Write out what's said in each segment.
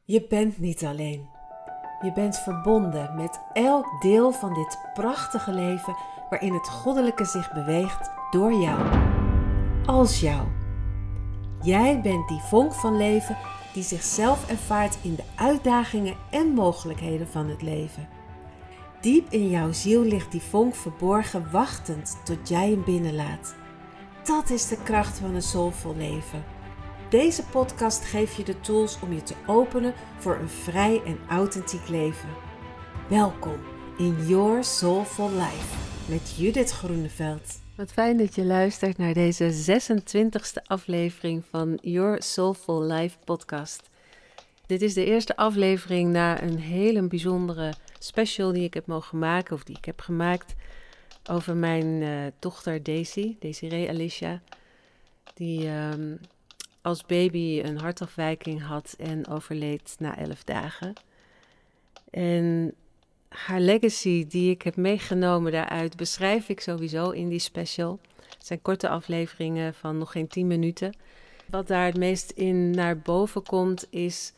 Je bent niet alleen. Je bent verbonden met elk deel van dit prachtige leven waarin het goddelijke zich beweegt door jou. Als jou. Jij bent die vonk van leven die zichzelf ervaart in de uitdagingen en mogelijkheden van het leven. Diep in jouw ziel ligt die vonk verborgen, wachtend tot jij hem binnenlaat. Dat is de kracht van een soulvol leven. Deze podcast geeft je de tools om je te openen voor een vrij en authentiek leven. Welkom in Your Soulful Life met Judith Groeneveld. Wat fijn dat je luistert naar deze 26e aflevering van Your Soulful Life podcast. Dit is de eerste aflevering na een hele bijzondere special die ik heb mogen maken, of die ik heb gemaakt, over mijn dochter Desiree Alicia, die als baby een hartafwijking had en overleed na 11 dagen. En haar legacy die ik heb meegenomen daaruit beschrijf ik sowieso in die special. Het zijn korte afleveringen van nog geen 10 minuten. Wat daar het meest in naar boven komt is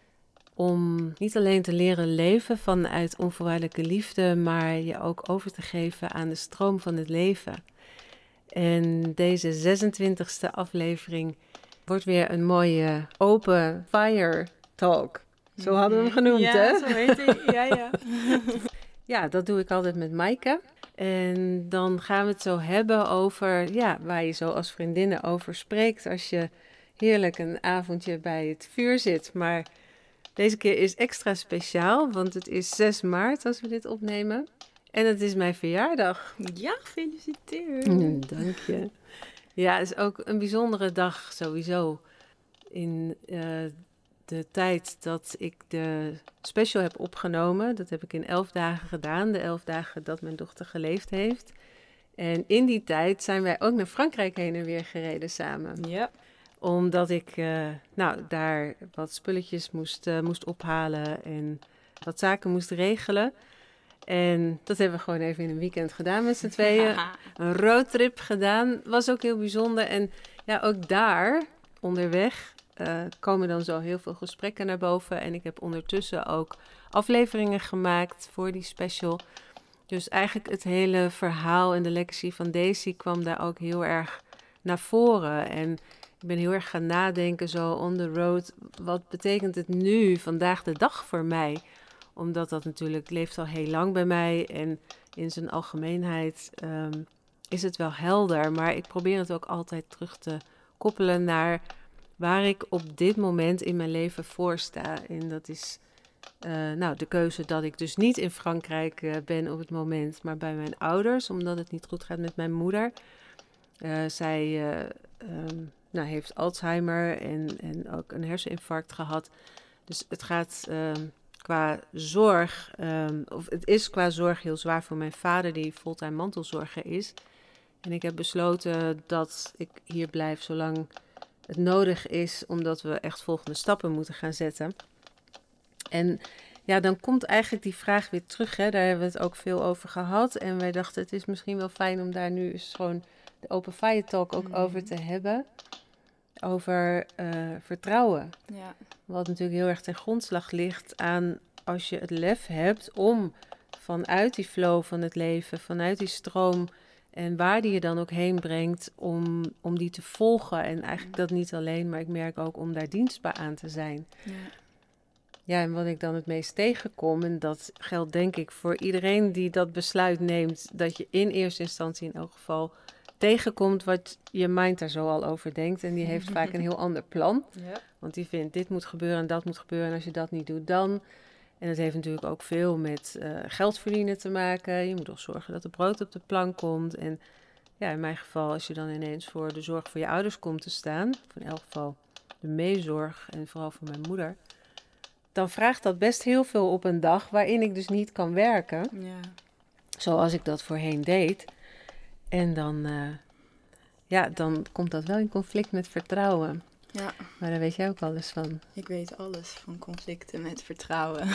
om niet alleen te leren leven vanuit onvoorwaardelijke liefde, maar je ook over te geven aan de stroom van het leven. En deze 26e aflevering wordt weer een mooie open fire talk. Zo hadden we hem genoemd, ja, hè? Ja, zo heet hij. Ja. Ja, dat doe ik altijd met Maaike. En dan gaan we het zo hebben over, waar je zo als vriendinnen over spreekt als je heerlijk een avondje bij het vuur zit. Maar deze keer is extra speciaal, want het is 6 maart als we dit opnemen. En het is mijn verjaardag. Ja, gefeliciteerd. Dank je. Ja, het is ook een bijzondere dag sowieso. In de tijd dat ik de special heb opgenomen, dat heb ik in 11 dagen gedaan. De 11 dagen dat mijn dochter geleefd heeft. En in die tijd zijn wij ook naar Frankrijk heen en weer gereden samen. Ja. Omdat ik daar wat spulletjes moest ophalen en wat zaken moest regelen. En dat hebben we gewoon even in een weekend gedaan met z'n tweeën. Een roadtrip gedaan. Was ook heel bijzonder. En ja, ook daar onderweg komen dan zo heel veel gesprekken naar boven. En ik heb ondertussen ook afleveringen gemaakt voor die special. Dus eigenlijk het hele verhaal en de legacy van Daisy kwam daar ook heel erg naar voren. En ik ben heel erg gaan nadenken zo on the road. Wat betekent het nu, vandaag de dag voor mij? Omdat dat natuurlijk leeft al heel lang bij mij en in zijn algemeenheid is het wel helder. Maar ik probeer het ook altijd terug te koppelen naar waar ik op dit moment in mijn leven voor sta. En dat is de keuze dat ik dus niet in Frankrijk ben op het moment, maar bij mijn ouders. Omdat het niet goed gaat met mijn moeder. Zij heeft Alzheimer en ook een herseninfarct gehad. Dus het gaat qua zorg, het is qua zorg heel zwaar voor mijn vader die fulltime mantelzorger is. En ik heb besloten dat ik hier blijf zolang het nodig is, omdat we echt volgende stappen moeten gaan zetten. En ja, dan komt eigenlijk die vraag weer terug, hè? Daar hebben we het ook veel over gehad. En wij dachten, het is misschien wel fijn om daar nu eens gewoon de Open Fire Talk ook over te hebben. Over vertrouwen. Ja. Wat natuurlijk heel erg ten grondslag ligt aan als je het lef hebt om vanuit die flow van het leven, vanuit die stroom en waar die je dan ook heen brengt, om die te volgen. En eigenlijk dat niet alleen, maar ik merk ook om daar dienstbaar aan te zijn. Ja. Ja, en wat ik dan het meest tegenkom, en dat geldt denk ik voor iedereen die dat besluit neemt, dat je in eerste instantie in elk geval tegenkomt wat je mind daar zo al over denkt. En die heeft vaak een heel ander plan. Ja. Want die vindt dit moet gebeuren en dat moet gebeuren. En als je dat niet doet, dan. En dat heeft natuurlijk ook veel met geld verdienen te maken. Je moet toch zorgen dat er brood op de plank komt. En ja, in mijn geval, als je dan ineens voor de zorg voor je ouders komt te staan, of in elk geval de meezorg en vooral voor mijn moeder, dan vraagt dat best heel veel op een dag waarin ik dus niet kan werken. Ja. Zoals ik dat voorheen deed. En dan komt dat wel in conflict met vertrouwen. Ja. Maar daar weet jij ook alles van. Ik weet alles van conflicten met vertrouwen.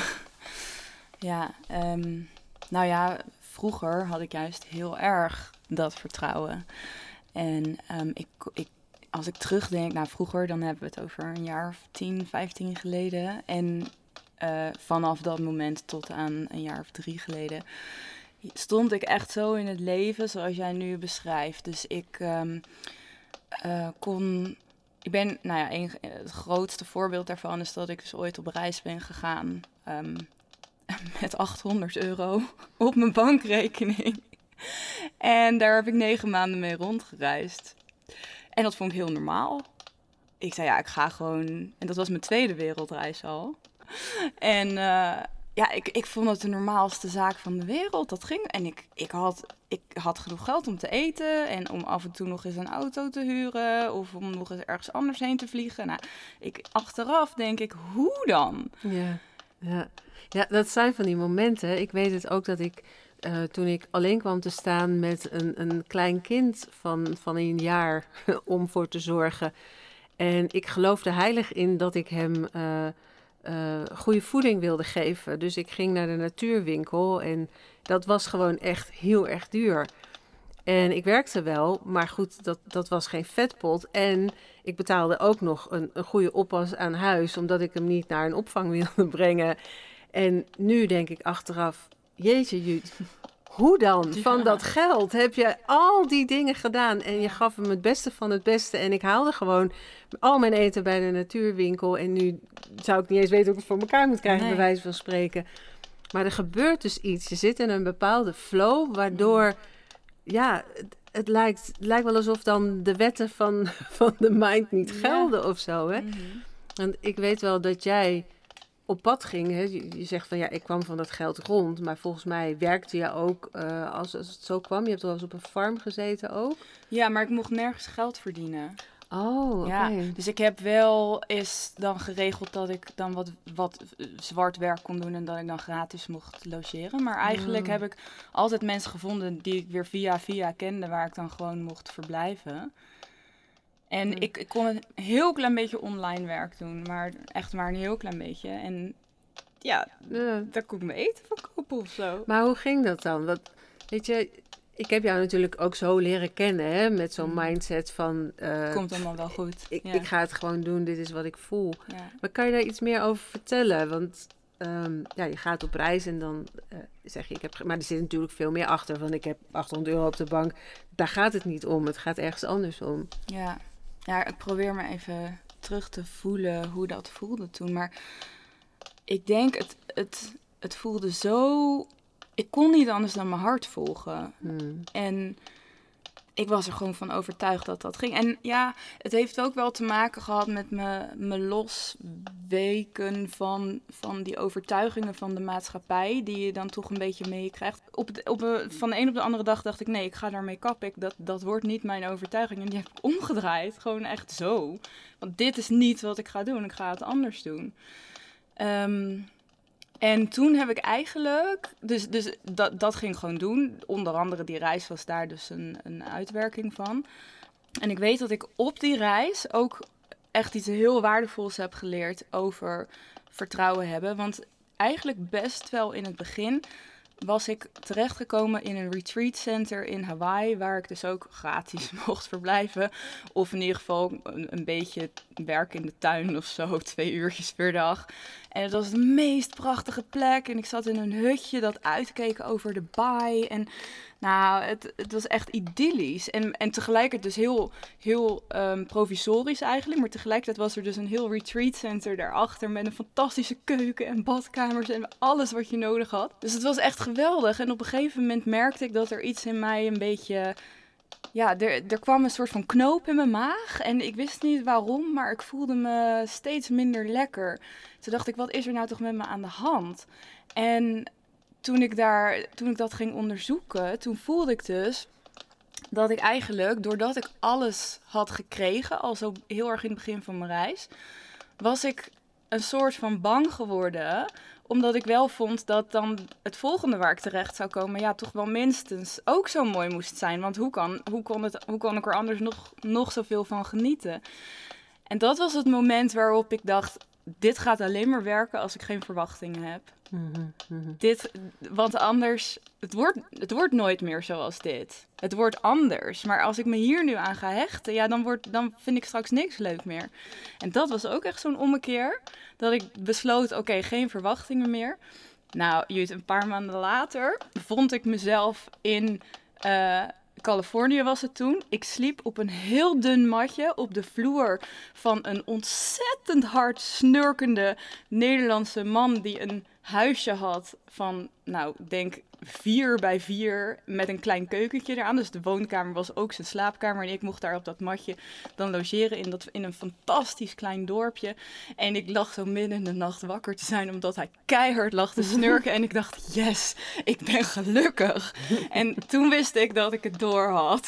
Vroeger had ik juist heel erg dat vertrouwen. En als ik terugdenk naar vroeger, dan hebben we het over een jaar of 10, 15 geleden. En vanaf dat moment tot aan een jaar of 3 geleden stond ik echt zo in het leven zoals jij nu beschrijft. Dus ik het grootste voorbeeld daarvan is dat ik dus ooit op reis ben gegaan met €800 op mijn bankrekening. En daar heb ik 9 maanden mee rondgereisd. En dat vond ik heel normaal. Ik zei, ik ga gewoon... En dat was mijn tweede wereldreis al. En ik vond het de normaalste zaak van de wereld. Dat ging. En ik had genoeg geld om te eten. En om af en toe nog eens een auto te huren. Of om nog eens ergens anders heen te vliegen. Nou, achteraf denk ik, hoe dan? Ja, dat zijn van die momenten. Ik weet het ook dat ik... toen ik alleen kwam te staan met een klein kind van een jaar om voor te zorgen. En ik geloofde heilig in dat ik hem goede voeding wilde geven. Dus ik ging naar de natuurwinkel en dat was gewoon echt heel erg duur. En ik werkte wel, maar goed, dat was geen vetpot. En ik betaalde ook nog een goede oppas aan huis, omdat ik hem niet naar een opvang wilde brengen. En nu denk ik achteraf, jeetje Jut, hoe dan? Van dat geld heb je al die dingen gedaan en je gaf hem het beste van het beste. En ik haalde gewoon al mijn eten bij de natuurwinkel. En nu zou ik niet eens weten hoe ik het voor elkaar moet krijgen, bij wijze van spreken. Maar er gebeurt dus iets. Je zit in een bepaalde flow, waardoor, het lijkt wel alsof dan de wetten van de mind niet gelden of zo. Hè? Mm-hmm. En ik weet wel dat jij op pad ging. Hè? Je zegt van ik kwam van dat geld rond. Maar volgens mij werkte je ook als het zo kwam. Je hebt wel eens op een farm gezeten ook. Ja, maar ik mocht nergens geld verdienen. Oh, oké. Ja, dus ik heb wel eens dan geregeld dat ik dan wat zwart werk kon doen en dat ik dan gratis mocht logeren. Maar eigenlijk heb ik altijd mensen gevonden die ik weer via kende, waar ik dan gewoon mocht verblijven. En ik kon een heel klein beetje online werk doen, maar echt maar een heel klein beetje. En daar kon ik me eten van kopen of zo. Maar hoe ging dat dan? Want, weet je, ik heb jou natuurlijk ook zo leren kennen, hè, met zo'n mindset van... Komt allemaal wel goed. Ik ga het gewoon doen, dit is wat ik voel. Ja. Maar kan je daar iets meer over vertellen? Want je gaat op reis en dan zeg je... Maar er zit natuurlijk veel meer achter, want ik heb €800 op de bank. Daar gaat het niet om, het gaat ergens anders om. Ja, ik probeer me even terug te voelen hoe dat voelde toen. Maar ik denk, het voelde zo... Ik kon niet anders dan mijn hart volgen. En ik was er gewoon van overtuigd dat dat ging. En ja, het heeft ook wel te maken gehad met me losweken van die overtuigingen van de maatschappij, die je dan toch een beetje meekrijgt. Van de een op de andere dag dacht ik, nee, ik ga daarmee kappen. Dat wordt niet mijn overtuiging. En die heb ik omgedraaid. Gewoon echt zo. Want dit is niet wat ik ga doen. Ik ga het anders doen. En toen heb ik eigenlijk... Dus dat ging ik gewoon doen. Onder andere die reis was daar dus een uitwerking van. En ik weet dat ik op die reis ook echt iets heel waardevols heb geleerd over vertrouwen hebben. Want eigenlijk best wel in het begin was ik terechtgekomen in een retreat center in Hawaii, waar ik dus ook gratis mocht verblijven. Of in ieder geval een beetje werk in de tuin of zo, 2 uurtjes per dag. En het was de meest prachtige plek. En ik zat in een hutje dat uitkeek over de baai. En nou, het was echt idyllisch. En tegelijkertijd dus heel provisorisch eigenlijk. Maar tegelijkertijd was er dus een heel retreat center daarachter met een fantastische keuken en badkamers en alles wat je nodig had. Dus het was echt geweldig. En op een gegeven moment merkte ik dat er iets in mij een beetje... Ja, er kwam een soort van knoop in mijn maag. En ik wist niet waarom, maar ik voelde me steeds minder lekker. Toen dacht ik, wat is er nou toch met me aan de hand? En toen ik dat ging onderzoeken, toen voelde ik dus dat ik eigenlijk, doordat ik alles had gekregen, al zo heel erg in het begin van mijn reis, was ik een soort van bang geworden, omdat ik wel vond dat dan het volgende waar ik terecht zou komen, toch wel minstens ook zo mooi moest zijn. Want hoe kon ik er anders nog zoveel van genieten? En dat was het moment waarop ik dacht, dit gaat alleen maar werken als ik geen verwachtingen heb. Want anders, het wordt nooit meer zoals dit. Het wordt anders. Maar als ik me hier nu aan ga hechten, ja, dan vind ik straks niks leuk meer. En dat was ook echt zo'n ommekeer. Dat ik besloot, oké, geen verwachtingen meer. Nou, Jut, een paar maanden later vond ik mezelf in Californië was het toen. Ik sliep op een heel dun matje op de vloer van een ontzettend hard snurkende Nederlandse man die een huisje had van, nou, denk 4 bij 4 met een klein keukentje eraan. Dus de woonkamer was ook zijn slaapkamer en ik mocht daar op dat matje dan logeren in een fantastisch klein dorpje. En ik lag zo midden in de nacht wakker te zijn omdat hij keihard lag te snurken. En ik dacht, yes, ik ben gelukkig. En toen wist ik dat ik het door had.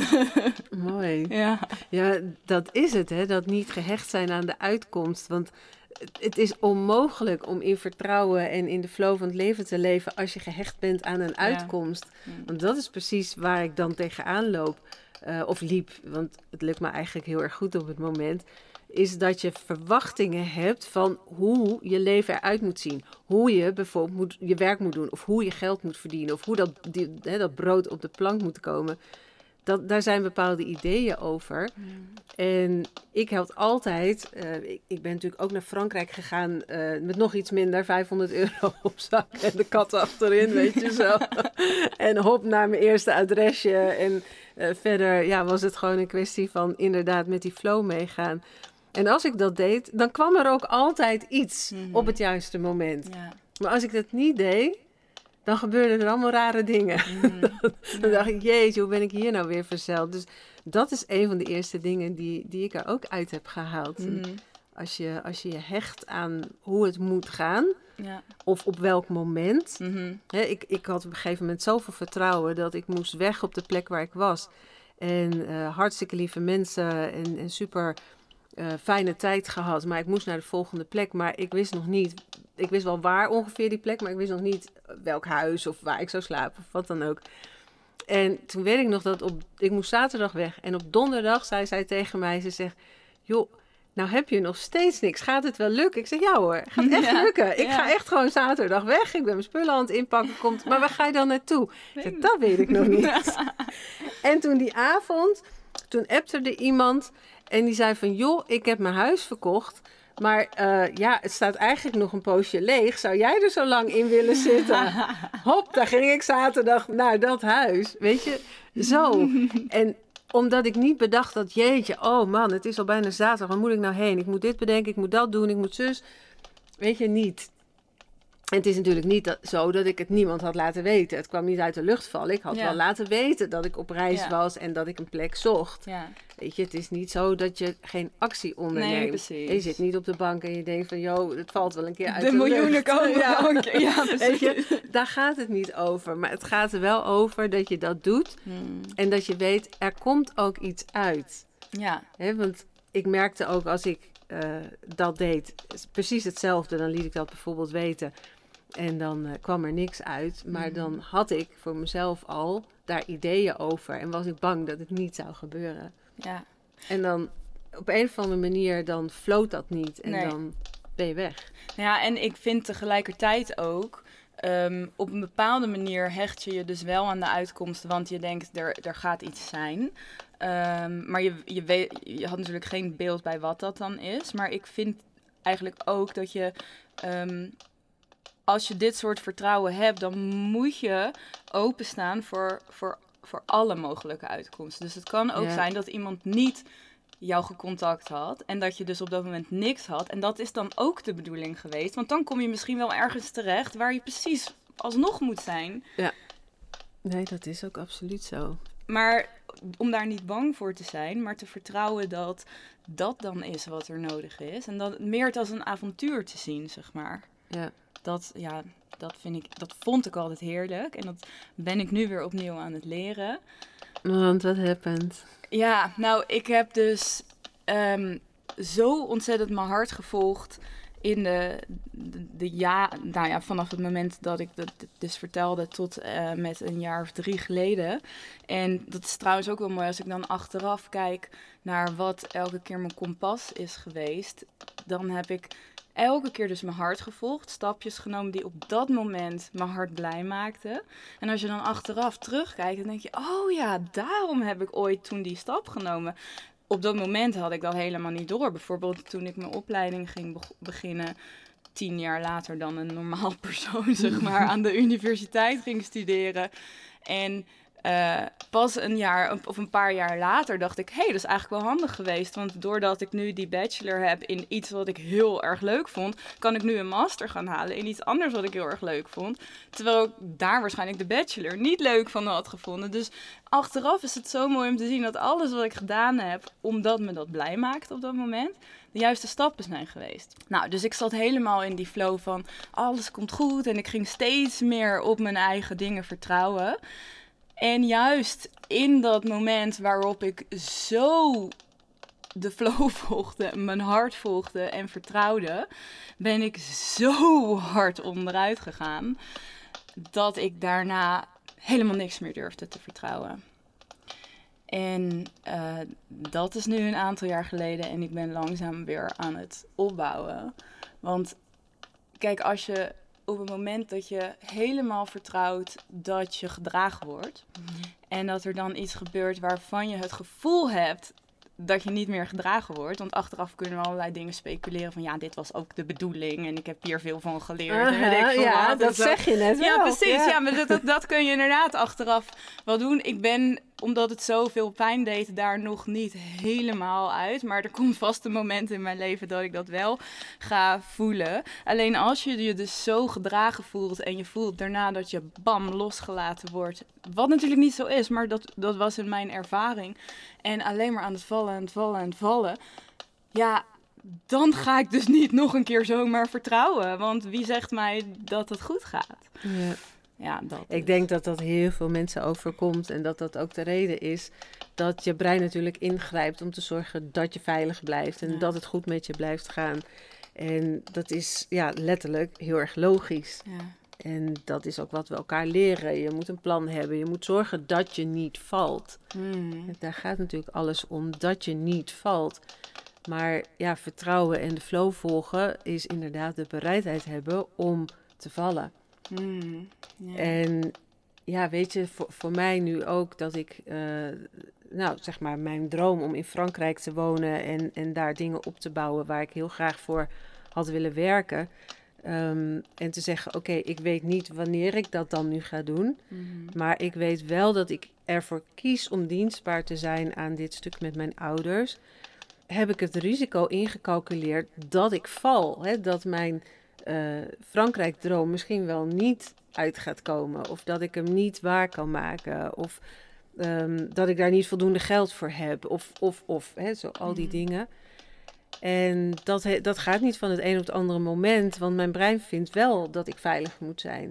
Mooi. Ja. Ja, dat is het, hè? Dat niet gehecht zijn aan de uitkomst. Want het is onmogelijk om in vertrouwen en in de flow van het leven te leven als je gehecht bent aan een uitkomst. Want dat is precies waar ik dan tegenaan loop, of liep, want het lukt me eigenlijk heel erg goed op het moment, is dat je verwachtingen hebt van hoe je leven eruit moet zien. Hoe je bijvoorbeeld je werk moet doen, of hoe je geld moet verdienen, of hoe dat brood op de plank moet komen. Daar zijn bepaalde ideeën over. En ik had altijd... ik ben natuurlijk ook naar Frankrijk gegaan met nog iets minder, €500 op zak en de kat achterin, weet je zo. En hop naar mijn eerste adresje. En verder was het gewoon een kwestie van inderdaad met die flow meegaan. En als ik dat deed, dan kwam er ook altijd iets op het juiste moment. Ja. Maar als ik dat niet deed, dan gebeurden er allemaal rare dingen. Dan dacht ik, jeetje, hoe ben ik hier nou weer verzeild? Dus dat is een van de eerste dingen die ik er ook uit heb gehaald. Als je je hecht aan hoe het moet gaan, of op welk moment. Ik had op een gegeven moment zoveel vertrouwen dat ik moest weg op de plek waar ik was. En hartstikke lieve mensen en super fijne tijd gehad. Maar ik moest naar de volgende plek, maar ik wist nog niet. Ik wist wel waar ongeveer die plek, maar ik wist nog niet welk huis of waar ik zou slapen of wat dan ook. En toen weet ik nog dat ik moest zaterdag weg. En op donderdag zei zij tegen mij, ze zegt, joh, nou heb je nog steeds niks. Gaat het wel lukken? Ik zeg, ja hoor, gaat echt lukken. Ik ga echt gewoon zaterdag weg. Ik ben mijn spullen aan het inpakken. Maar waar ga je dan naartoe? Ik zeg, dat weet ik nog niet. En toen die avond, toen appte er iemand en die zei van, joh, ik heb mijn huis verkocht. Maar het staat eigenlijk nog een poosje leeg. Zou jij er zo lang in willen zitten? Hop, daar ging ik zaterdag naar dat huis. Weet je, zo. En omdat ik niet bedacht dat, jeetje, oh man, het is al bijna zaterdag. Waar moet ik nou heen? Ik moet dit bedenken, ik moet dat doen, ik moet zus. Weet je, niet. En het is natuurlijk niet zo dat ik het niemand had laten weten. Het kwam niet uit de lucht vallen. Ik had wel laten weten dat ik op reis was en dat ik een plek zocht. Ja. Weet je, het is niet zo dat je geen actie onderneemt. Nee, precies. Je zit niet op de bank en je denkt van, joh, het valt wel een keer uit de miljoenen lucht. komen wel een keer. Ja, precies. Weet je, daar gaat het niet over. Maar het gaat er wel over dat je dat doet. En dat je weet, er komt ook iets uit. Ja. Want ik merkte ook als ik dat deed, precies hetzelfde. Dan liet ik dat bijvoorbeeld weten. En dan kwam er niks uit. Maar dan had ik voor mezelf al daar ideeën over. En was ik bang dat het niet zou gebeuren. Ja. En dan op een of andere manier dan floot dat niet. En dan ben je weg. Ja, en ik vind tegelijkertijd ook, op een bepaalde manier hecht je dus wel aan de uitkomst. Want je denkt, er gaat iets zijn. Maar je had natuurlijk geen beeld bij wat dat dan is. Maar ik vind eigenlijk ook dat je, als je dit soort vertrouwen hebt, dan moet je openstaan voor alle mogelijke uitkomsten. Dus het kan ook zijn dat iemand niet jou gecontact had en dat je dus op dat moment niks had. En dat is dan ook de bedoeling geweest. Want dan kom je misschien wel ergens terecht waar je precies alsnog moet zijn. Ja, nee, dat is ook absoluut zo. Maar om daar niet bang voor te zijn, maar te vertrouwen dat dat dan is wat er nodig is. En dat meer het als een avontuur te zien, zeg maar. Ja. Dat vond ik altijd heerlijk. En dat ben ik nu weer opnieuw aan het leren. Want wat happened? Ja, nou, ik heb dus zo ontzettend mijn hart gevolgd in vanaf het moment dat ik dat dus vertelde tot met een jaar of 3 geleden. En dat is trouwens ook wel mooi als ik dan achteraf kijk naar wat elke keer mijn kompas is geweest. Dan heb ik elke keer dus mijn hart gevolgd. Stapjes genomen die op dat moment mijn hart blij maakten. En als je dan achteraf terugkijkt, dan denk je, oh ja, daarom heb ik ooit toen die stap genomen. Op dat moment had ik dat helemaal niet door. Bijvoorbeeld toen ik mijn opleiding ging beginnen, 10 jaar later dan een normaal persoon, zeg maar, aan de universiteit ging studeren. En pas een jaar of een paar jaar later dacht ik, dat is eigenlijk wel handig geweest. Want doordat ik nu die bachelor heb in iets wat ik heel erg leuk vond, kan ik nu een master gaan halen in iets anders wat ik heel erg leuk vond. Terwijl ik daar waarschijnlijk de bachelor niet leuk van had gevonden. Dus achteraf is het zo mooi om te zien dat alles wat ik gedaan heb, omdat me dat blij maakt op dat moment, de juiste stappen zijn geweest. Nou, dus ik zat helemaal in die flow van alles komt goed en ik ging steeds meer op mijn eigen dingen vertrouwen. En juist in dat moment waarop ik zo de flow volgde, mijn hart volgde en vertrouwde, ben ik zo hard onderuit gegaan dat ik daarna helemaal niks meer durfde te vertrouwen. En dat is nu een aantal jaar geleden en ik ben langzaam weer aan het opbouwen. Want kijk, als je op het moment dat je helemaal vertrouwt dat je gedragen wordt, en dat er dan iets gebeurt waarvan je het gevoel hebt dat je niet meer gedragen wordt. Want achteraf kunnen we allerlei dingen speculeren van dit was ook de bedoeling en ik heb hier veel van geleerd. En weet ik veel wat. Dat zeg je net wel. Ja, precies. Ja, maar dat kun je inderdaad achteraf wel doen. Ik ben, omdat het zoveel pijn deed, daar nog niet helemaal uit. Maar er komt vast een moment in mijn leven dat ik dat wel ga voelen. Alleen als je je dus zo gedragen voelt en je voelt daarna dat je bam losgelaten wordt. Wat natuurlijk niet zo is, maar dat was in mijn ervaring. En alleen maar aan het vallen en het vallen en het vallen. Ja, dan ga ik dus niet nog een keer zomaar vertrouwen. Want wie zegt mij dat het goed gaat? Ja. Ja, ik denk dat dat heel veel mensen overkomt. En dat dat ook de reden is dat je brein natuurlijk ingrijpt om te zorgen dat je veilig blijft. En dat het goed met je blijft gaan. En dat is letterlijk heel erg logisch. Ja. En dat is ook wat we elkaar leren. Je moet een plan hebben. Je moet zorgen dat je niet valt. Daar gaat natuurlijk alles om, dat je niet valt. Maar vertrouwen en de flow volgen is inderdaad de bereidheid hebben om te vallen. En weet je, voor mij nu ook dat ik, zeg maar mijn droom om in Frankrijk te wonen en daar dingen op te bouwen waar ik heel graag voor had willen werken. En te zeggen, oké, ik weet niet wanneer ik dat dan nu ga doen. Maar ik weet wel dat ik ervoor kies om dienstbaar te zijn aan dit stuk met mijn ouders. Heb ik het risico ingecalculeerd dat ik val. Hè? Dat mijn Frankrijk-droom misschien wel niet uit gaat komen. Of dat ik hem niet waar kan maken. Of dat ik daar niet voldoende geld voor heb. Of zo al die dingen. En dat gaat niet van het een op het andere moment. Want mijn brein vindt wel dat ik veilig moet zijn.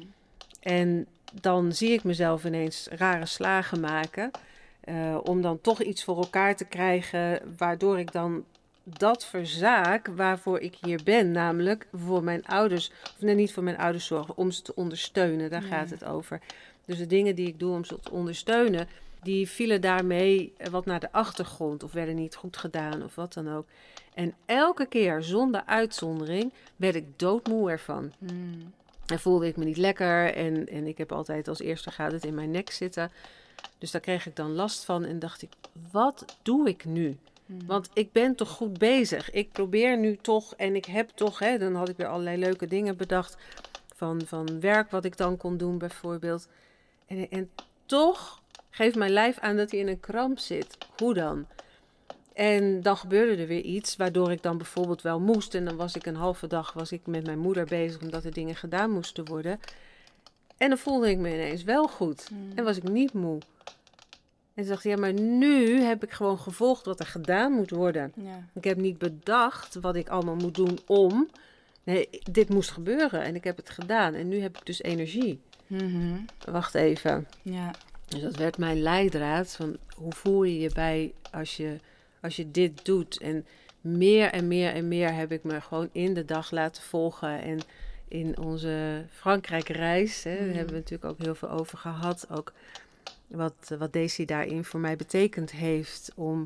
En dan zie ik mezelf ineens rare slagen maken. Om dan toch iets voor elkaar te krijgen. Waardoor ik dan dat verzaak waarvoor ik hier ben. Namelijk voor mijn ouders. Of nee, niet voor mijn ouders zorgen. Om ze te ondersteunen. Daar gaat het over. Dus de dingen die ik doe om ze te ondersteunen. Die vielen daarmee wat naar de achtergrond. Of werden niet goed gedaan. Of wat dan ook. En elke keer zonder uitzondering werd ik doodmoe ervan. En voelde ik me niet lekker. En ik heb altijd als eerste gaat het in mijn nek zitten. Dus daar kreeg ik dan last van. En dacht ik, wat doe ik nu? Want ik ben toch goed bezig. Ik probeer nu toch. En ik heb toch. Dan had ik weer allerlei leuke dingen bedacht. Van werk wat ik dan kon doen bijvoorbeeld. En toch geeft mijn lijf aan dat hij in een kramp zit. Hoe dan? En dan gebeurde er weer iets, waardoor ik dan bijvoorbeeld wel moest. En dan was ik een halve dag met mijn moeder bezig, omdat er dingen gedaan moesten worden. En dan voelde ik me ineens wel goed. En was ik niet moe. En toen dacht ik, maar nu heb ik gewoon gevolgd wat er gedaan moet worden. Ja. Ik heb niet bedacht wat ik allemaal moet doen om. Nee, dit moest gebeuren en ik heb het gedaan. En nu heb ik dus energie. Wacht even. Ja. Dus dat werd mijn leidraad van hoe voel je je bij als je dit doet. En meer heb ik me gewoon in de dag laten volgen. En in onze Frankrijk-reis, daar hebben we natuurlijk ook heel veel over gehad. Ook wat Daisy daarin voor mij betekend heeft om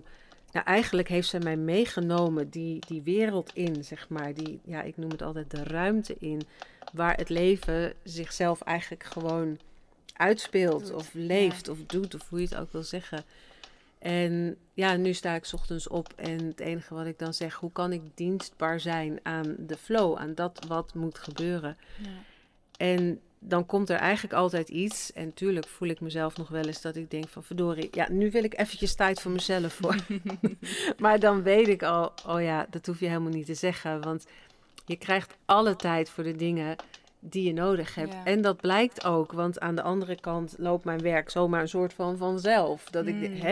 nou, eigenlijk heeft zij mij meegenomen die wereld in, zeg maar. Ik noem het altijd de ruimte in, waar het leven zichzelf eigenlijk gewoon uitspeelt of leeft of doet, of hoe je het ook wil zeggen. En ja, nu sta ik 's ochtends op en het enige wat ik dan zeg, hoe kan ik dienstbaar zijn aan de flow, aan dat wat moet gebeuren. Ja. En dan komt er eigenlijk altijd iets. En tuurlijk voel ik mezelf nog wel eens dat ik denk van verdorie, ja, nu wil ik eventjes tijd voor mezelf voor. Maar dan weet ik al, oh ja, dat hoef je helemaal niet te zeggen. Want je krijgt alle tijd voor de dingen die je nodig hebt. Ja. En dat blijkt ook, want aan de andere kant loopt mijn werk zomaar een soort van vanzelf. Dat ik,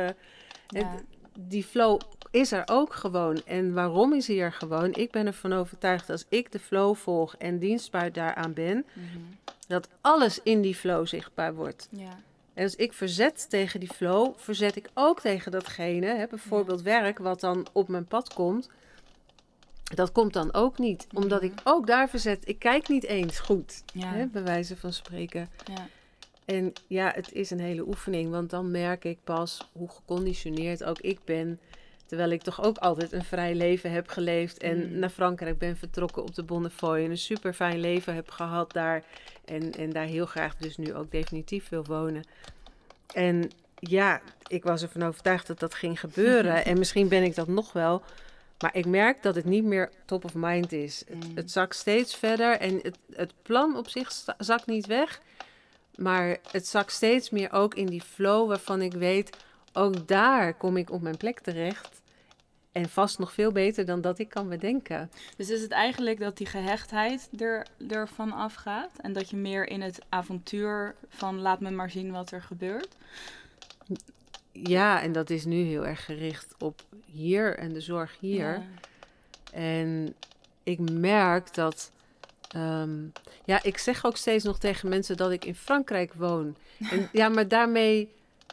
die flow is er ook gewoon. En waarom is hij er gewoon? Ik ben ervan overtuigd, als ik de flow volg en dienstbaar daaraan ben, dat alles in die flow zichtbaar wordt. Ja. En als ik verzet tegen die flow, verzet ik ook tegen datgene, bijvoorbeeld werk, wat dan op mijn pad komt. Dat komt dan ook niet, omdat ik ook daar verzet. Ik kijk niet eens goed, bij wijze van spreken. Ja. En ja, het is een hele oefening, want dan merk ik pas hoe geconditioneerd ook ik ben. Terwijl ik toch ook altijd een vrij leven heb geleefd en naar Frankrijk ben vertrokken op de Bonnefoy. En een super fijn leven heb gehad daar. En daar heel graag dus nu ook definitief wil wonen. En ja, ik was ervan overtuigd dat dat ging gebeuren. En misschien ben ik dat nog wel. Maar ik merk dat het niet meer top of mind is. Het zakt steeds verder en het plan op zich zakt niet weg. Maar het zakt steeds meer ook in die flow waarvan ik weet, ook daar kom ik op mijn plek terecht. En vast nog veel beter dan dat ik kan bedenken. Dus is het eigenlijk dat die gehechtheid ervan afgaat? En dat je meer in het avontuur van laat me maar zien wat er gebeurt? Ja, en dat is nu heel erg gericht op hier en de zorg hier. Ja. En ik merk dat... ik zeg ook steeds nog tegen mensen dat ik in Frankrijk woon. En, ja, maar daarmee...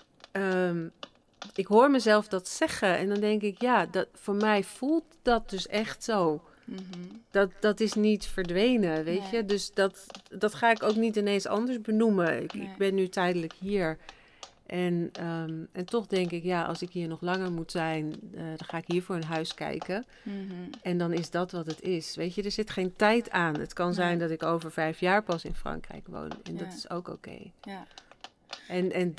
ik hoor mezelf dat zeggen en dan denk ik, ja, voor mij voelt dat dus echt zo. Dat is niet verdwenen, weet je. Dus dat ga ik ook niet ineens anders benoemen. Ik ben nu tijdelijk hier. En toch denk ik, ja, als ik hier nog langer moet zijn, dan ga ik hier voor een huis kijken. En dan is dat wat het is. Weet je, er zit geen tijd aan. Het kan zijn dat ik over 5 jaar pas in Frankrijk woon. En dat is ook oké. Ja. En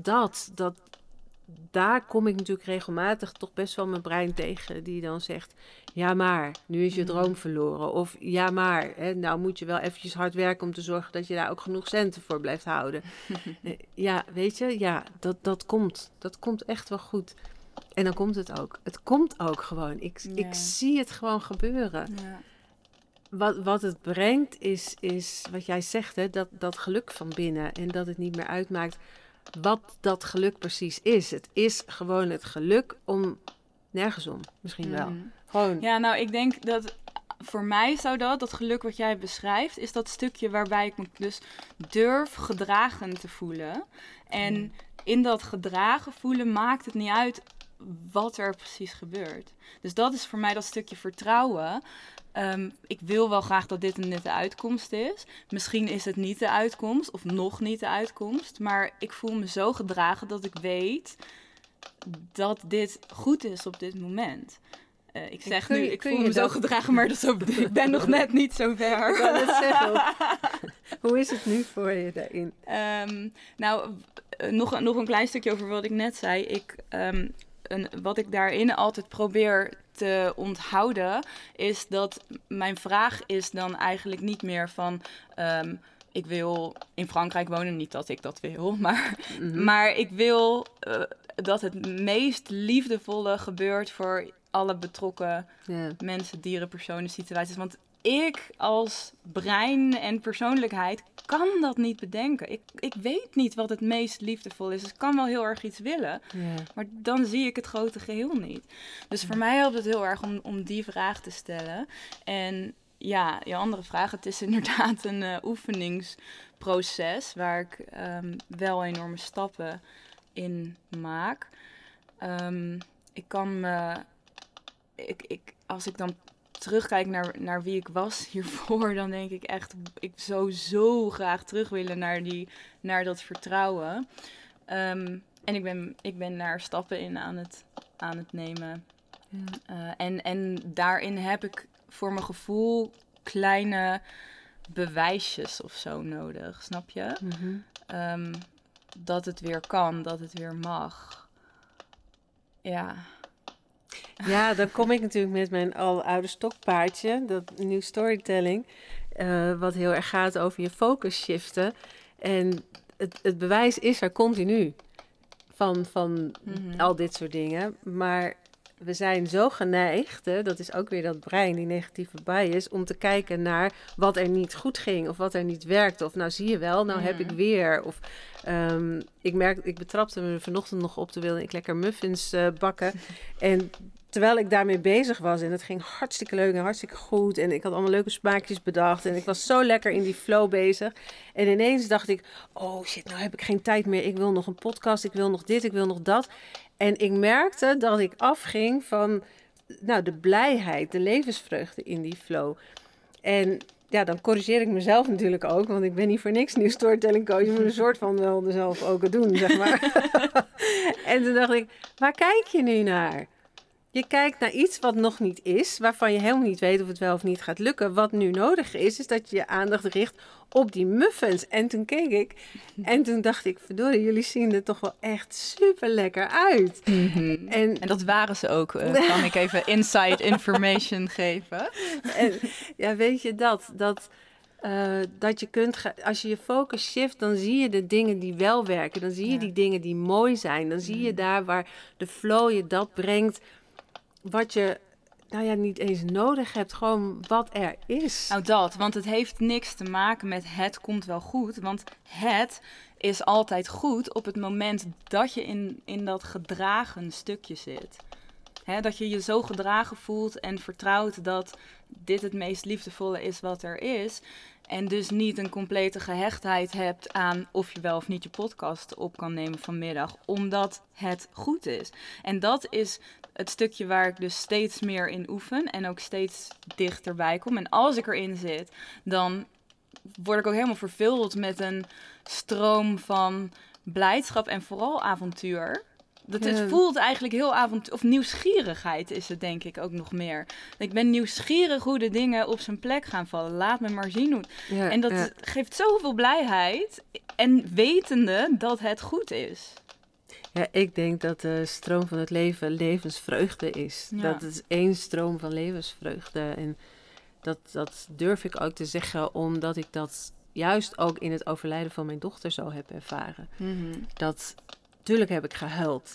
daar kom ik natuurlijk regelmatig toch best wel mijn brein tegen. Die dan zegt, ja maar, nu is je droom verloren. Of ja maar, nou moet je wel eventjes hard werken om te zorgen dat je daar ook genoeg centen voor blijft houden. Ja, weet je, ja, dat komt. Dat komt echt wel goed. En dan komt het ook. Het komt ook gewoon. Ik zie het gewoon gebeuren. Ja. Wat het brengt is wat jij zegt, dat geluk van binnen. En dat het niet meer uitmaakt wat dat geluk precies is. Het is gewoon het geluk om nergens om, misschien wel. Gewoon. Ja, nou, ik denk dat voor mij zou dat geluk wat jij beschrijft, is dat stukje waarbij ik me dus durf gedragen te voelen. En in dat gedragen voelen maakt het niet uit wat er precies gebeurt. Dus dat is voor mij dat stukje vertrouwen. Ik wil wel graag dat dit en dit de uitkomst is. Misschien is het niet de uitkomst of nog niet de uitkomst. Maar ik voel me zo gedragen dat ik weet dat dit goed is op dit moment. Ik zeg nu, ik voel me zo gedragen, maar ik ben nog net niet zo ver. Ik kan het zeggen. Hoe is het nu voor je daarin? Nog een klein stukje over wat ik net zei. Wat ik daarin altijd probeer te onthouden, is dat mijn vraag is dan eigenlijk niet meer van ik wil in Frankrijk wonen, niet dat ik dat wil, maar ik wil dat het meest liefdevolle gebeurt voor alle betrokken mensen, dieren, personen, situaties. Want ik als brein en persoonlijkheid kan dat niet bedenken. Ik weet niet wat het meest liefdevol is. Dus ik kan wel heel erg iets willen, maar dan zie ik het grote geheel niet. Dus voor mij helpt het heel erg om die vraag te stellen. En ja, je andere vraag, het is inderdaad een oefeningsproces waar ik wel enorme stappen in maak. Als ik dan terugkijk naar wie ik was hiervoor, dan denk ik echt, ik zou zo graag terug willen naar dat vertrouwen. En ik ben daar stappen in aan het aan het nemen. Ja. En daarin heb ik voor mijn gevoel kleine bewijsjes of zo nodig, snap je? Mm-hmm. Dat het weer kan, dat het weer mag. Ja. Ja, dan kom ik natuurlijk met mijn aloude stokpaardje, dat New Storytelling, wat heel erg gaat over je focus shiften. En het bewijs is er continu van al dit soort dingen. Maar we zijn zo geneigd, hè, dat is ook weer dat brein, die negatieve bias, om te kijken naar wat er niet goed ging of wat er niet werkte. Of nou zie je wel, nou heb ik weer. Of ik betrapte me vanochtend nog op, toen wilde ik lekker muffins bakken. En terwijl ik daarmee bezig was en het ging hartstikke leuk en hartstikke goed. En ik had allemaal leuke smaakjes bedacht. En ik was zo lekker in die flow bezig. En ineens dacht ik, oh shit, nou heb ik geen tijd meer. Ik wil nog een podcast, ik wil nog dit, ik wil nog dat. En ik merkte dat ik afging van de blijheid, de levensvreugde in die flow. En ja, dan corrigeer ik mezelf natuurlijk ook, want ik ben niet voor niks New Storytelling coach. Je moet een soort van wel zelf ook doen, zeg maar. En toen dacht ik, waar kijk je nu naar? Je kijkt naar iets wat nog niet is, waarvan je helemaal niet weet of het wel of niet gaat lukken. Wat nu nodig is dat je je aandacht richt op die muffins. En toen keek ik en toen dacht ik, verdorie, jullie zien er toch wel echt super lekker uit. Mm-hmm. En dat waren ze ook. Kan ik even inside information geven? En, ja, weet je dat je kunt, als je je focus shift, dan zie je de dingen die wel werken. Dan zie je die dingen die mooi zijn. Dan zie je daar waar de flow je dat brengt, wat je niet eens nodig hebt, gewoon wat er is. Nou want het heeft niks te maken met het komt wel goed, want het is altijd goed op het moment dat je in dat gedragen stukje zit. Dat je je zo gedragen voelt en vertrouwt dat dit het meest liefdevolle is wat er is. En dus niet een complete gehechtheid hebt aan of je wel of niet je podcast op kan nemen vanmiddag, omdat het goed is. En dat is het stukje waar ik dus steeds meer in oefen en ook steeds dichterbij kom. En als ik erin zit, dan word ik ook helemaal vervuld met een stroom van blijdschap en vooral avontuur. Het voelt eigenlijk heel of nieuwsgierigheid is het denk ik ook nog meer. Ik ben nieuwsgierig hoe de dingen op zijn plek gaan vallen. Laat me maar zien hoe. Ja, en dat geeft zoveel blijheid en wetende dat het goed is. Ja, ik denk dat de stroom van het leven levensvreugde is. Ja. Dat is één stroom van levensvreugde. En dat durf ik ook te zeggen, omdat ik dat juist ook in het overlijden van mijn dochter zo heb ervaren. Mm-hmm. Tuurlijk heb ik gehuild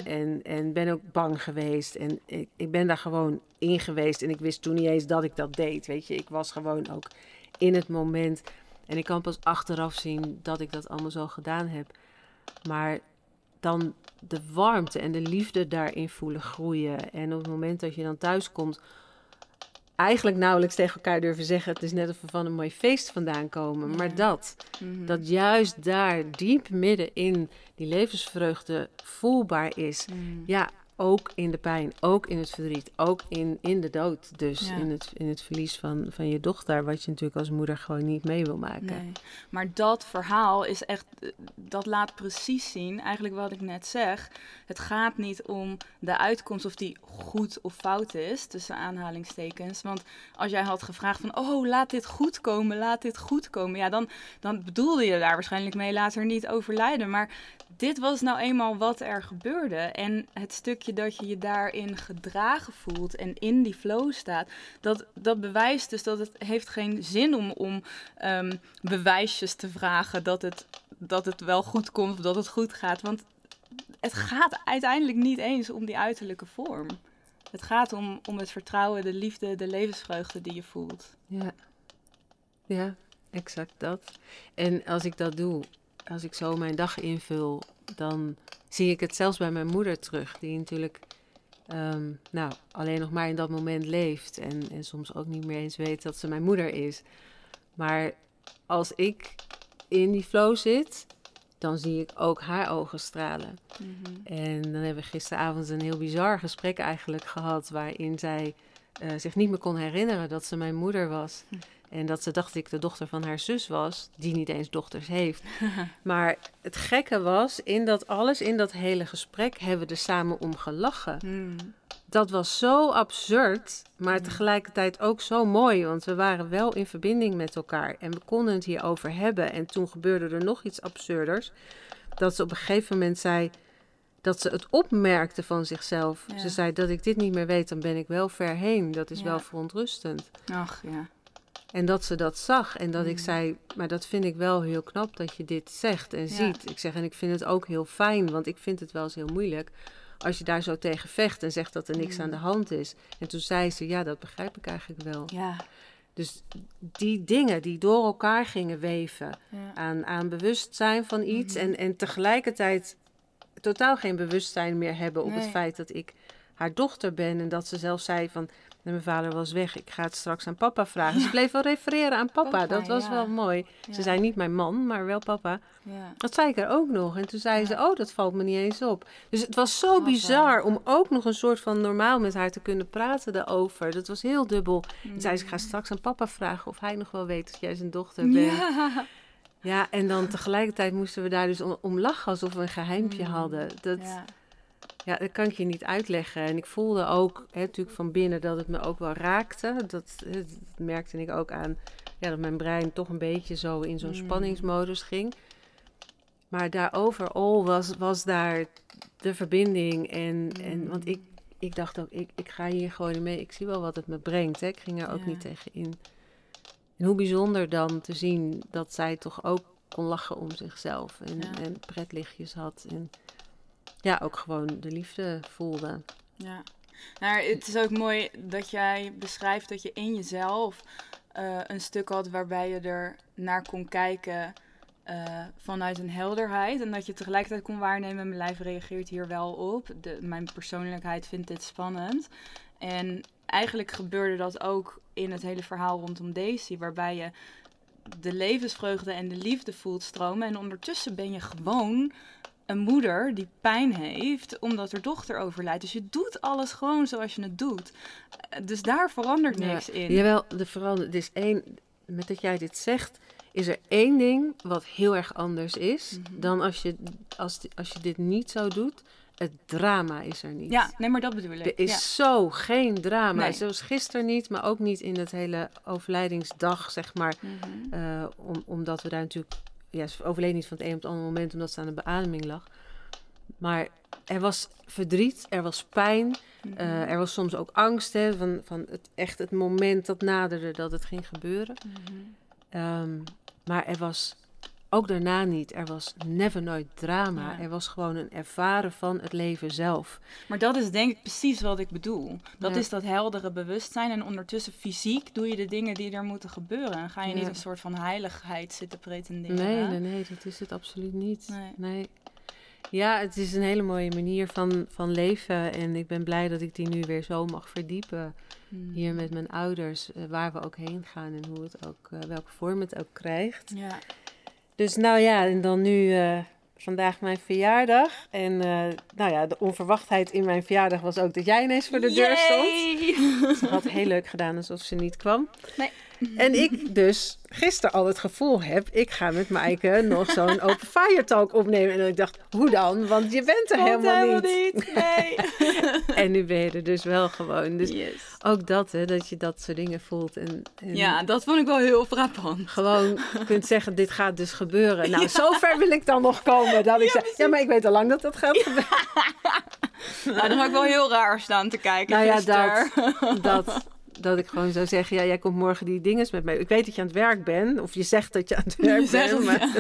en ben ook bang geweest. En ik ben daar gewoon in geweest. En ik wist toen niet eens dat ik dat deed, weet je. Ik was gewoon ook in het moment. En ik kan pas achteraf zien dat ik dat allemaal zo gedaan heb. Maar dan de warmte en de liefde daarin voelen groeien. En op het moment dat je dan thuis komt, eigenlijk nauwelijks tegen elkaar durven zeggen, het is net of we van een mooi feest vandaan komen. Ja. Maar dat juist daar diep midden in die levensvreugde voelbaar is. Ja, ook in de pijn, ook in het verdriet, ook in de dood. Dus in het verlies van je dochter, wat je natuurlijk als moeder gewoon niet mee wil maken. Nee. Maar dat verhaal is echt, dat laat precies zien, eigenlijk wat ik net zeg. Het gaat niet om de uitkomst of die goed of fout is, tussen aanhalingstekens. Want als jij had gevraagd van, oh, laat dit goed komen. Ja, dan bedoelde je daar waarschijnlijk mee later niet overlijden. Maar dit was nou eenmaal wat er gebeurde. En het stukje dat je je daarin gedragen voelt en in die flow staat, dat bewijst dus dat het heeft geen zin om bewijsjes te vragen dat het wel goed komt of dat het goed gaat. Want het gaat uiteindelijk niet eens om die uiterlijke vorm. Het gaat om het vertrouwen, de liefde, de levensvreugde die je voelt. Ja, exact dat. En als ik dat doe, als ik zo mijn dag invul, dan zie ik het zelfs bij mijn moeder terug. Die natuurlijk alleen nog maar in dat moment leeft. En soms ook niet meer eens weet dat ze mijn moeder is. Maar als ik in die flow zit, dan zie ik ook haar ogen stralen. Mm-hmm. En dan hebben we gisteravond een heel bizar gesprek eigenlijk gehad, waarin zij zich niet meer kon herinneren dat ze mijn moeder was. En dat ze dacht dat ik de dochter van haar zus was, die niet eens dochters heeft. Maar het gekke was, in dat hele gesprek hebben we er samen om gelachen. Dat was zo absurd, maar tegelijkertijd ook zo mooi. Want we waren wel in verbinding met elkaar en we konden het hierover hebben. En toen gebeurde er nog iets absurders. Dat ze op een gegeven moment zei dat ze het opmerkte van zichzelf. Ja. Ze zei dat ik dit niet meer weet, dan ben ik wel ver heen. Dat is wel verontrustend. Ach, ja. En dat ze dat zag en dat ik zei, maar dat vind ik wel heel knap dat je dit zegt en ziet. Ik zeg, en ik vind het ook heel fijn, want ik vind het wel eens heel moeilijk als je daar zo tegen vecht en zegt dat er niks aan de hand is. En toen zei ze, ja, dat begrijp ik eigenlijk wel. Ja. Dus die dingen die door elkaar gingen weven aan bewustzijn van iets en tegelijkertijd totaal geen bewustzijn meer hebben op het feit dat ik haar dochter ben. En dat ze zelf zei van, mijn vader was weg, ik ga het straks aan papa vragen. Ze bleef wel refereren aan papa, dat was wel mooi. Ja. Ze zei niet mijn man, maar wel papa. Ja. Dat zei ik er ook nog. En toen zei ze, dat valt me niet eens op. Dus het was zo bizar om ook nog een soort van normaal met haar te kunnen praten daarover. Dat was heel dubbel. Toen zei ze, ik ga straks aan papa vragen of hij nog wel weet dat jij zijn dochter bent. Ja, en dan tegelijkertijd moesten we daar dus om lachen alsof we een geheimpje hadden. Dat kan ik je niet uitleggen. En ik voelde ook natuurlijk van binnen dat het me ook wel raakte. Dat merkte ik ook aan dat mijn brein toch een beetje zo in zo'n spanningsmodus ging. Maar daarover was daar de verbinding. En want ik dacht ook, ik ga hier gewoon mee. Ik zie wel wat het me brengt. Hè. Ik ging er ook niet tegen in. En hoe bijzonder dan te zien dat zij toch ook kon lachen om zichzelf. En pretlichtjes had. En ook gewoon de liefde voelde. Ja. Nou, het is ook mooi dat jij beschrijft dat je in jezelf een stuk had waarbij je er naar kon kijken vanuit een helderheid. En dat je tegelijkertijd kon waarnemen, mijn lijf reageert hier wel op. Mijn persoonlijkheid vindt dit spannend. En eigenlijk gebeurde dat ook in het hele verhaal rondom Daisy, waarbij je de levensvreugde en de liefde voelt stromen. En ondertussen ben je gewoon een moeder die pijn heeft omdat haar dochter overlijdt. Dus je doet alles gewoon zoals je het doet. Dus daar verandert niks in. Jawel, met dat jij dit zegt, is er één ding wat heel erg anders is dan als je dit niet zo doet. Het drama is er niet. Ja, nee, maar dat bedoel ik. Er is zo geen drama. Nee. Zoals gisteren niet, maar ook niet in het hele overlijdingsdag, zeg maar. Omdat we daar natuurlijk... Ja, ze overleed niet van het een op het andere moment omdat ze aan de beademing lag. Maar er was verdriet, er was pijn. Er was soms ook angst van het moment dat naderde dat het ging gebeuren. Maar er was ook daarna niet. Er was nooit drama. Ja. Er was gewoon een ervaren van het leven zelf. Maar dat is denk ik precies wat ik bedoel. Dat is dat heldere bewustzijn. En ondertussen fysiek doe je de dingen die er moeten gebeuren. En ga je niet een soort van heiligheid zitten pretenderen. Nee, dat is het absoluut niet. Nee. Ja, het is een hele mooie manier van leven. En ik ben blij dat ik die nu weer zo mag verdiepen. Hier met mijn ouders. Waar we ook heen gaan en hoe het ook, welke vorm het ook krijgt. Ja. Dus en dan nu vandaag mijn verjaardag. En de onverwachtheid in mijn verjaardag was ook dat jij ineens voor de deur stond. Ze had heel leuk gedaan alsof ze niet kwam. Nee. En ik dus gisteren al het gevoel heb, ik ga met Maaike nog zo'n open fire talk opnemen. En ik dacht, hoe dan? Want je bent er helemaal niet. Nee. En nu ben je er dus wel gewoon. Dus ook dat, dat je dat soort dingen voelt. En ja, dat vond ik wel heel frappant. Gewoon kunt zeggen, dit gaat dus gebeuren. Nou, zover wil ik dan nog komen. Dat ik zeg, maar ik weet al lang dat gaat gebeuren. Nou, dan had ik wel heel raar staan te kijken. Nou ja, dat ik gewoon zou zeggen, jij komt morgen die dinges met mij. Ik weet dat je aan het werk bent. Of je zegt dat je aan het werk bent. Maar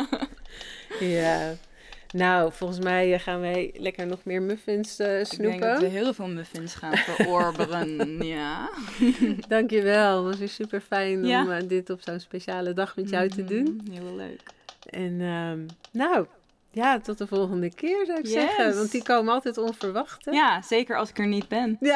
ja. Nou, volgens mij gaan wij lekker nog meer muffins snoepen. Ik denk dat we heel veel muffins gaan verorberen. Ja. Dankjewel. Het was weer super fijn om dit op zo'n speciale dag met jou te doen. Heel leuk. En ja, tot de volgende keer zou ik zeggen. Want die komen altijd onverwacht. Hè? Ja, zeker als ik er niet ben. Ja.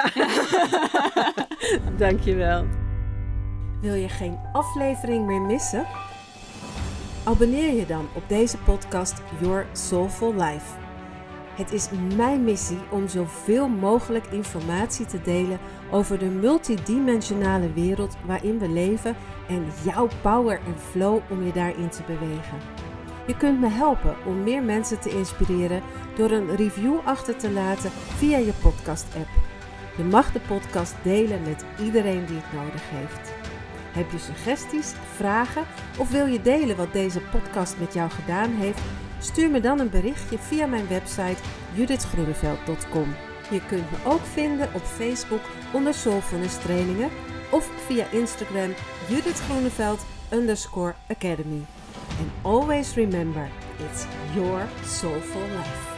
Dankjewel. Wil je geen aflevering meer missen? Abonneer je dan op deze podcast Your Soulful Life. Het is mijn missie om zoveel mogelijk informatie te delen over de multidimensionale wereld waarin we leven en jouw power en flow om je daarin te bewegen. Je kunt me helpen om meer mensen te inspireren door een review achter te laten via je podcast-app. Je mag de podcast delen met iedereen die het nodig heeft. Heb je suggesties, vragen of wil je delen wat deze podcast met jou gedaan heeft? Stuur me dan een berichtje via mijn website judithgroeneveld.com. Je kunt me ook vinden op Facebook onder Soulfulness Trainingen of via Instagram judithgroeneveld_academy. And always remember, it's your soulful life.